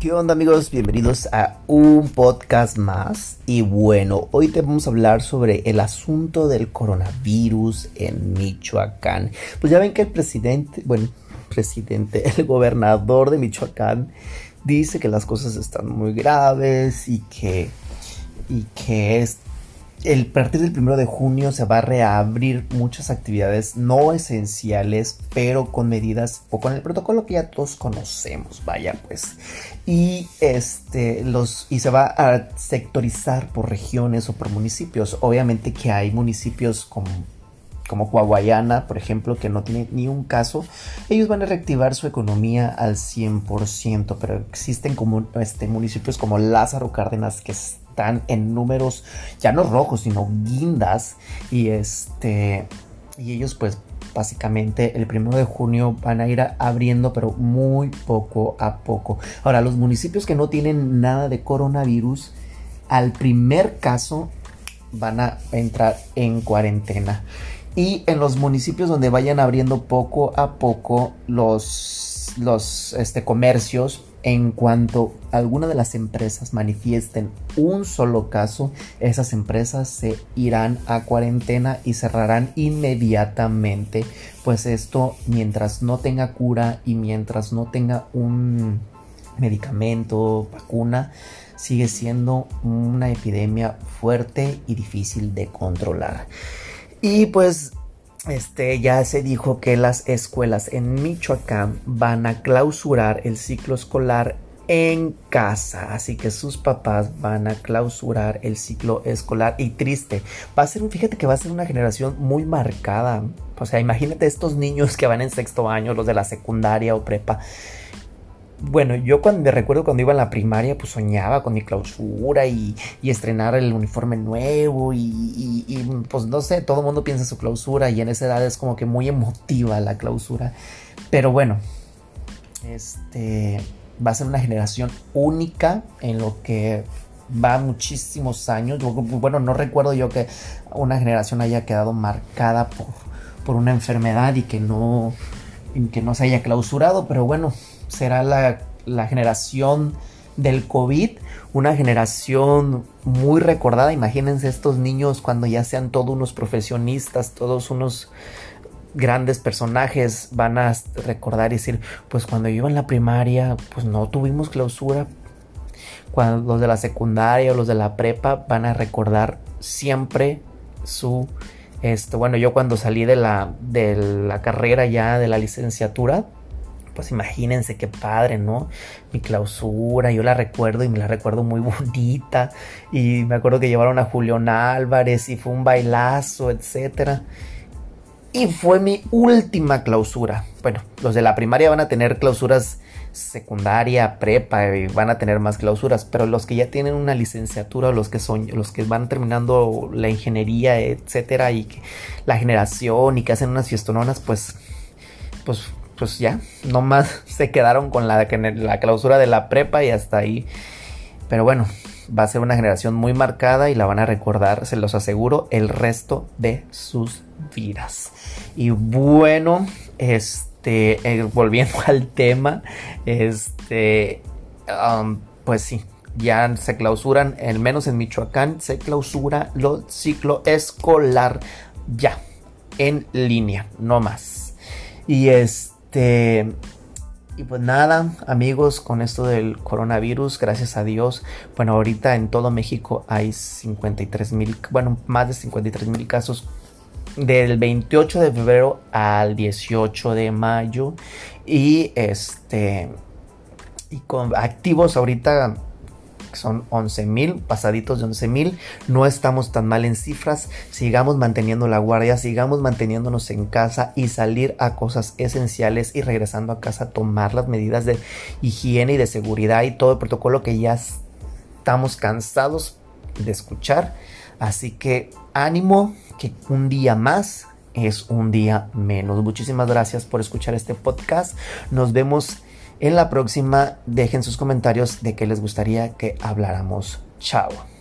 ¿Qué onda, amigos? Bienvenidos a un podcast más. Y bueno, hoy te vamos a hablar sobre el asunto del coronavirus en Michoacán. Pues ya ven que el gobernador de Michoacán dice que las cosas están muy graves y que a partir del 1 de junio se va a reabrir muchas actividades no esenciales, pero con medidas o con el protocolo que ya todos conocemos, vaya pues. Y se va a sectorizar por regiones o por municipios. Obviamente que hay municipios como Coahuayana, por ejemplo, que no tiene ni un caso. Ellos van a reactivar su economía al 100%, pero existen como municipios como Lázaro Cárdenas que están en números ya no rojos, sino guindas, y ellos pues básicamente el 1 de junio van a ir abriendo, pero muy poco a poco. Ahora, los municipios que no tienen nada de coronavirus, al primer caso van a entrar en cuarentena. Y en los municipios donde vayan abriendo poco a poco los comercios, en cuanto alguna de las empresas manifiesten un solo caso, esas empresas se irán a cuarentena y cerrarán inmediatamente. Pues esto, mientras no tenga cura y mientras no tenga un medicamento, vacuna, sigue siendo una epidemia fuerte y difícil de controlar. Y pues ya se dijo que las escuelas en Michoacán van a clausurar el ciclo escolar en casa, así que sus papás van a clausurar el ciclo escolar. Y triste, fíjate que va a ser una generación muy marcada. O sea, imagínate estos niños que van en sexto año, los de la secundaria o prepa. Bueno, yo me recuerdo cuando iba a la primaria, pues soñaba con mi clausura y estrenar el uniforme nuevo y pues no sé, todo el mundo piensa en su clausura y en esa edad es como que muy emotiva la clausura. Pero bueno, va a ser una generación única en lo que va muchísimos años. Bueno, no recuerdo yo que una generación haya quedado marcada por una enfermedad y que no se haya clausurado, pero bueno, será la generación del COVID, una generación muy recordada. Imagínense estos niños cuando ya sean todos unos profesionistas, todos unos grandes personajes, van a recordar y decir, pues cuando yo iba en la primaria, pues no tuvimos clausura. Cuando los de la secundaria o los de la prepa van a recordar siempre su bueno, yo cuando salí de la carrera ya de la licenciatura, pues imagínense qué padre, ¿no? Mi clausura, yo la recuerdo y me la recuerdo muy bonita. Y me acuerdo que llevaron a Julián Álvarez y fue un bailazo, etcétera. Y fue mi última clausura. Bueno, los de la primaria van a tener clausuras secundaria, prepa, y van a tener más clausuras, pero los que ya tienen una licenciatura, los que van terminando la ingeniería, etcétera, y que la generación y que hacen unas fiestononas, pues ya, nomás se quedaron con la clausura de la prepa y hasta ahí. Pero bueno, va a ser una generación muy marcada y la van a recordar, se los aseguro, el resto de sus vidas. Y bueno, volviendo al tema, pues sí, ya se clausuran, al menos en Michoacán, se clausura el ciclo escolar ya, en línea, no más. Y y pues nada, amigos, con esto del coronavirus, gracias a Dios, bueno, ahorita en todo México hay más de 53,000 casos del 28 de febrero al 18 de mayo. Y con activos ahorita son 11,000, pasaditos de 11,000. No estamos tan mal en cifras. Sigamos manteniendo la guardia, sigamos manteniéndonos en casa y salir a cosas esenciales, y regresando a casa tomar las medidas de higiene y de seguridad y todo el protocolo que ya estamos cansados de escuchar. Así que ánimo, que un día más es un día menos. Muchísimas gracias por escuchar este podcast. Nos vemos en la próxima. Dejen sus comentarios de qué les gustaría que habláramos. Chao.